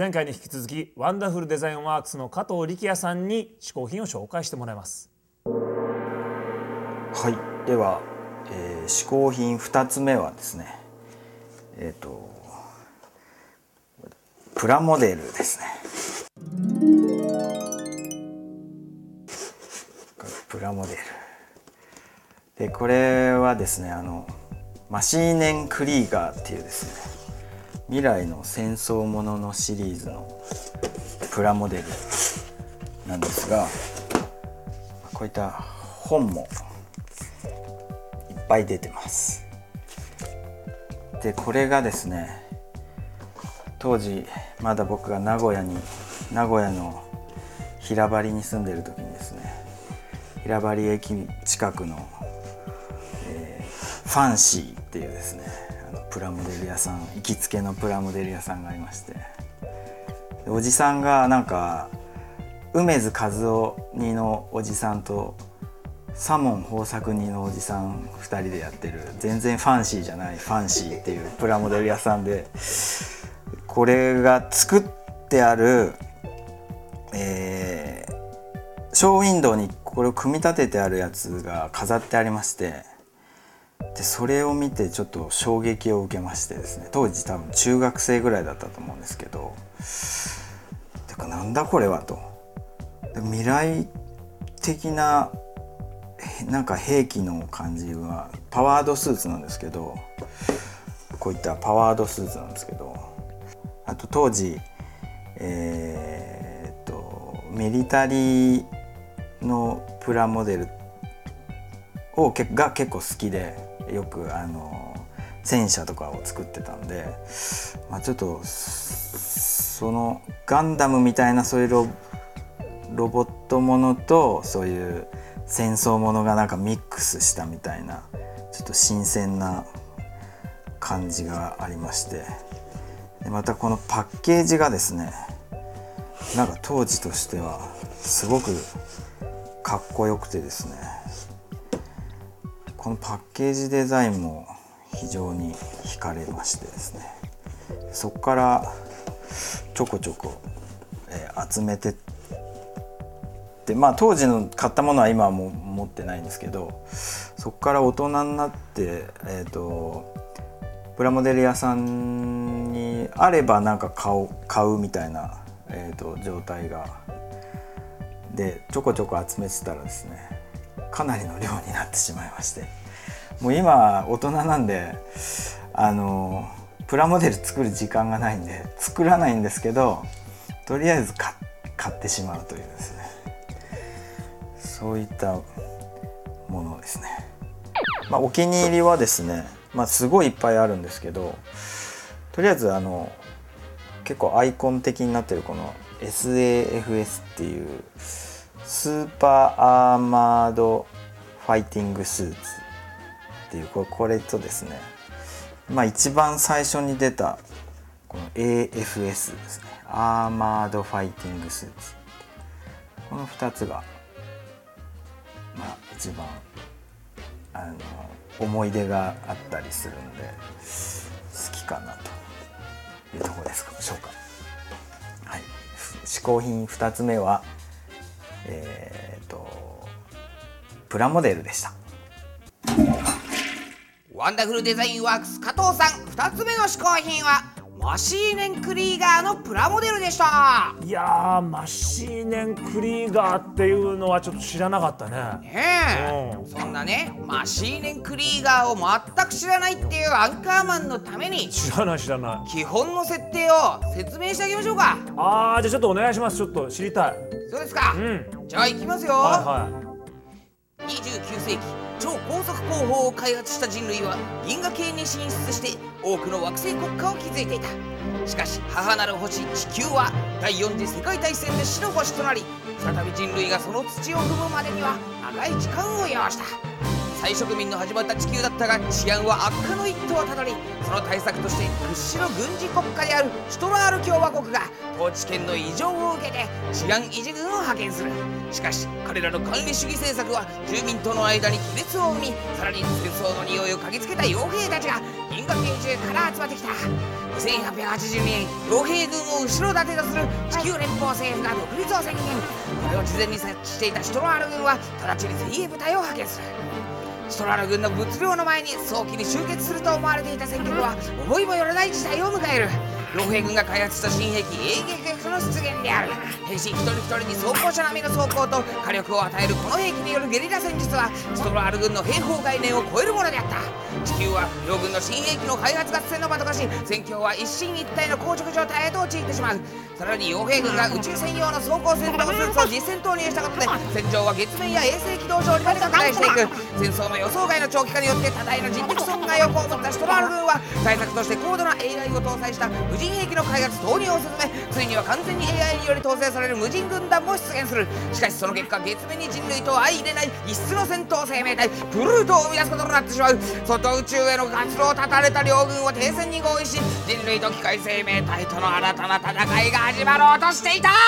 前回に引き続きワンダフルデザインワークスの加藤力也さんに試行品を紹介してもらいます。 はい、では、試行品2つ目はですね、プラモデルですね。プラモデルで、これはですね、マシーネンクリーガーっていうですね、未来の戦争もののシリーズのプラモデルなんですが、こういった本もいっぱい出てます。でこれがですね、当時まだ僕が名古屋の平張に住んでる時にですね、平張駅近くの、ファンシーっていうですね、プラモデル屋さん、行きつけのプラモデル屋さんがありまして、おじさんがなんか梅津和夫似のおじさんと左門豊作似のおじさん2人でやってる、全然ファンシーじゃないファンシーっていうプラモデル屋さんで、これが作ってある、ショーウィンドウにこれを組み立ててあるやつが飾ってありまして、でそれを見てちょっと衝撃を受けましてですね、当時多分中学生ぐらいだったと思うんですけど、てかなんだこれはと。未来的ななんか兵器の感じはパワードスーツなんですけど、こういったパワードスーツなんですけど、あと当時ミリタリーのプラモデルが結構好きで、よく戦車とかを作ってたんで、ちょっとそのガンダムみたいなそういうロボットものとそういう戦争ものがなんかミックスしたみたいな、ちょっと新鮮な感じがありまして、でまたこのパッケージがですね、なんか当時としてはすごくかっこよくてですね、このパッケージデザインも非常に惹かれましてですね、そこからちょこちょこ、集めてって、当時の買ったものは今はもう持ってないんですけど、そこから大人になって、プラモデル屋さんにあればなんか買うみたいな、状態がで、ちょこちょこ集めてたらですね、かなりの量になってしまいまして、もう今大人なんでプラモデル作る時間がないんで作らないんですけど、とりあえず買ってしまうというですね、そういったものですね。お気に入りはですね、すごいいっぱいあるんですけど、とりあえず結構アイコン的になってるこの SAFS っていうスーパーアーマードファイティングスーツっていう、これとですね、一番最初に出たこの AFS ですね、アーマードファイティングスーツ、この2つが一番思い出があったりするんで好きかなというところですでしょうか。はい、試行品2つ目はプラモデルでした。 ワンダフルデザインワークス加藤さん、2つ目の試行品はマシーネンクリーガーのプラモデルでした。 いやー、マシーネンクリーガーっていうのはちょっと知らなかったね。 そんなね、マシーネンクリーガーを全く知らないっていうアンカーマンのために、 知らない基本の設定を説明してあげましょうか。 じゃあちょっとお願いします。ちょっと知りたい。 そうですか、じゃあ行きますよ。29世紀、超高速工法を開発した人類は銀河系に進出して多くの惑星国家を築いていた。しかし母なる星地球は第4次世界大戦で白星となり、再び人類がその土を踏むまでには長い時間を要した。 菜植民の始まった地球だったが、治安は悪化の一途をたどり、その対策として屈指の軍事国家であるシュトラール共和国が統治権の異常を受けて治安維持軍を派遣する。しかし彼らの管理主義政策は住民との間に亀裂を生み、さらに戦争の匂いを嗅ぎつけた傭兵たちが銀河系中から集まってきた。1882年、傭兵軍を後ろ盾とする地球連邦政府が独立を宣言。これを事前に察知していたシュトラール軍は直ちに精鋭部隊を派遣する。シュトラール軍の物量の前に早期に集結すると思われていた戦局は思いもよらない事態を迎える。傭兵軍が開発した新兵器AGFの出現である。兵士一人一人に装甲車並みの装甲と火力を与えるこの兵器によるゲリラ戦術はシュトラール軍の兵法概念を超えるものであった。地球は両軍の新兵器の開発合戦の場と化し、戦況は一進一退の膠着状態へと陥ってしまう。さらに傭兵軍が宇宙専用の装甲戦闘スーツを実戦投入したことで、戦場は月面や衛星軌道上にまで拡大していく。戦争の予想外の長期化によって多大な人的損害を被ったシュトラール軍は対策として高度な AI を搭載した無人兵器の開発投入を進め、ついには完全に AI により統制される無人軍団も出現する。しかしその結果、月面に人類とは相入れない異質の戦闘生命体プルートを生み出すことになってしまう。外宇宙への活路を断たれた両軍は停戦に合意し、人類と機械生命体との新たな戦いが始まろうとしていた。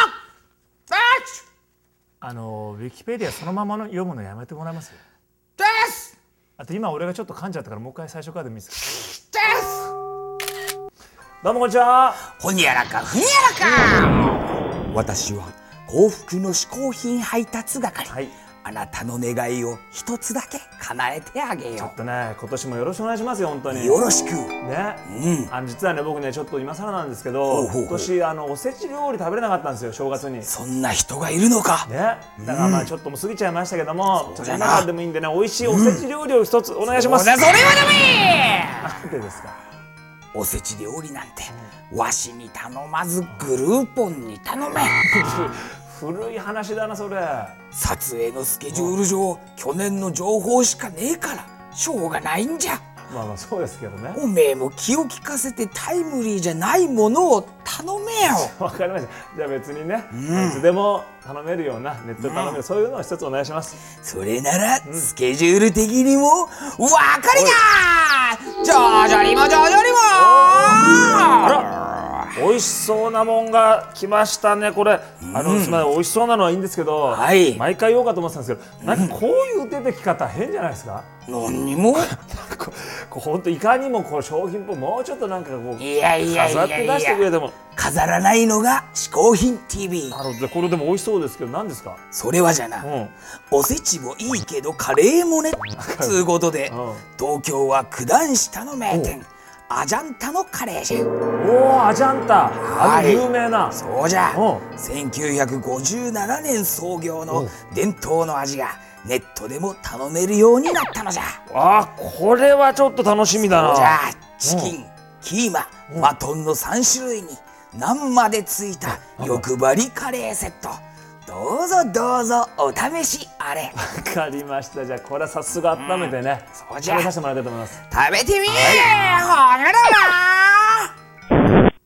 ウィキペディアそのままの読むのやめてもらえます？ ですあと今俺がちょっと噛んじゃったからもう一回最初からでもいいですか？ です。 どうもこんにちは。 ほにゃらかふにゃらか。私は幸福の嗜好品配達係、 はい、 あなたの願いを一つだけ叶えてあげよちょっとね、今年もよろしくお願いしますよ、本当う。 に。 よろしく。 ね、実はね、僕ね、ちょっと今更なんですけど、 ほうほうほう、 今年おせち料理食べれなかったんですよ、正月に。 そんな人がいるのか。 ね、だからまあちょっともう過ぎちゃいましたけども、 そうじゃな今からでもいいんでね、美味しいおせち料理を一つお願いします。 それはでもいい。 なんでですか。 おせち料理なんてわしに頼まずグルーポンに頼め。 古い話だなそれ。 撮影のスケジュール上、去年の情報しかねえからしょうがないんじゃ。 まあまあそうですけどね。 おめえも気を利かせてタイムリーじゃないものを頼めよ。 わかりました。じゃあ別にね、いつでも頼めるようなネットで頼める、そういうのを一つお願いします。 それなら、スケジュール的にもわかりだ。徐々にも徐々にも。 あら、美味しそうなもんが来ましたね。これすみません、美味しそうなのはいいんですけど、 はい、 毎回言おうかと思ってたんですけど、なんかこういう出てき方変じゃないですか。 何にも本当いかにもこう商品っぽい、もうちょっとなんかこういやいやいやいや、 飾って出してくれても。 飾らないのが嗜好品 TV。 これでも美味しそうですけど、何ですか。 それはじゃな、おせちもいいけどカレーもねつうことで、東京は九段下の名店アジャンタのカレーじゃ。 おお、アジャンタ、有名な。 そうじゃ。1957年創業の伝統の味がネットでも頼めるようになったのじゃ。 これはちょっと楽しみだな。 そうじゃ。チキン、キーマ、マトンの3種類にナンまでついた欲張りカレーセット。どうぞどうぞお試しあれ。 わかりました。じゃあこれは早速温めてね、 そうじゃ。 食べさせてもらいたいと思います。 食べてみー。ほにゃらら。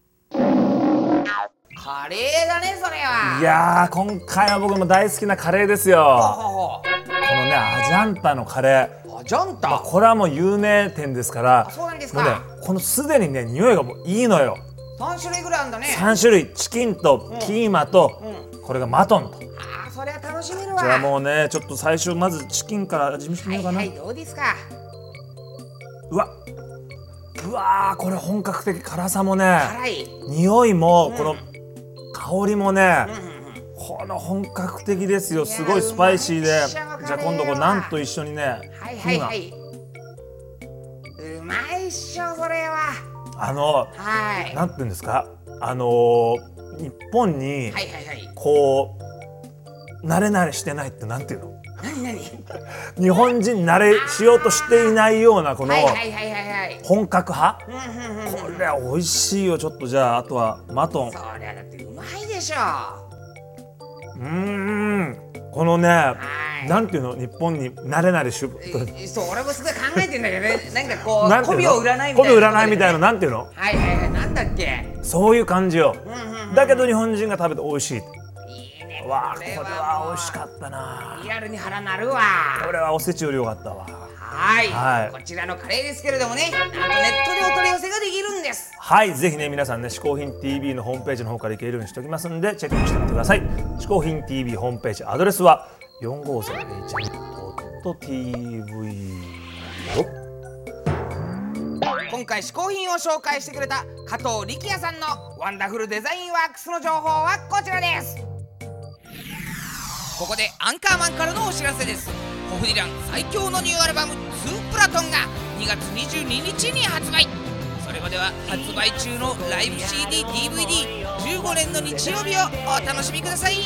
カレーだね、それは。 いやー、今回は僕も大好きなカレーですよ。このね、アジャンタのカレー。 アジャンタ、 これはもう有名店ですから。 そうなんですか。 もうね、このすでにね、匂いがもういいのよ。 3種類ぐらいあるんだね。 3種類、チキンとキーマと、これがマトンと。 それは楽しめるわ。 じゃあもうね、ちょっと最初まずチキンから味見してみようかな。 はいはい、どうですか。 うわー、これ本格的。辛さもね、 辛い。 匂いもこの香りもね、この本格的ですよ。すごいスパイシーで。じゃあ今度これナンと一緒にね、 はいはいはい、うまいっしょそれは。 はい、なんていうんですか、日本にこう慣れ慣れしてないってなんていうの？ 何日本人慣れしようとしていないようなこの本格派。これは美味しいよ。ちょっとじゃあ、あとはマトン。 そりゃだってうまいでしょ。 このね、なんていうの、日本に慣れ慣れしゅ。 そう、俺もすごい考えてんだけどね。なんかこう媚びを売らないみたいな。 媚び売らないみたいな、なんていうの？ はいはいはい、なんだっけ。 そういう感じよ。だけど日本人が食べて美味しい。 いいね。 わあ、これは美味しかったな。 リアルに腹なるわ。 これはおせちより良かったわ。 はい、こちらのカレーですけれどもね、なんとネットでお取り寄せができるんです。 はい、ぜひね皆さんね、嗜好品 TV のホームページの方から行けるようにしておきますんで、チェックしてみてください。嗜好品 TV ホームページアドレスは 450h.tv よ。 今回嗜好品を紹介してくれた加藤力也さんのワンダフルデザインワークスの情報はこちらです。ここでアンカーマンからのお知らせです。ホフディラン最強のニューアルバム2プラトンが2月22日に発売。それまでは発売中のライブ CD、DVD15 年の日曜日をお楽しみください。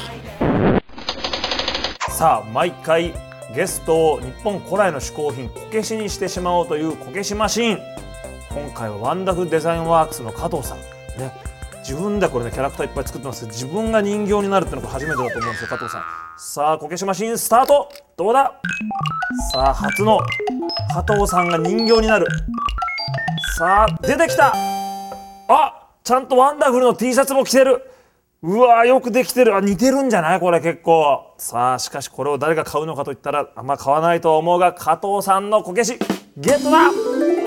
さあ、毎回ゲストを日本古来の嗜好品こけしにしてしまおうというこけしマシーン。今回はワンダフルデザインワークスの加藤さんね、自分でこれねキャラクターいっぱい作ってますけど、自分が人形になるってのが初めてだと思うんですよ、加藤さん。さあ、こけしマシーンスタート。どうだ。さあ、初の加藤さんが人形になる。さあ、出てきた。あ、ちゃんとワンダフルの T シャツも着てる。うわー、よくできてる。あ、似てるんじゃないこれ結構。さあ、しかしこれを誰が買うのかといったらあんま買わないと思うが、加藤さんのこけしゲットだ。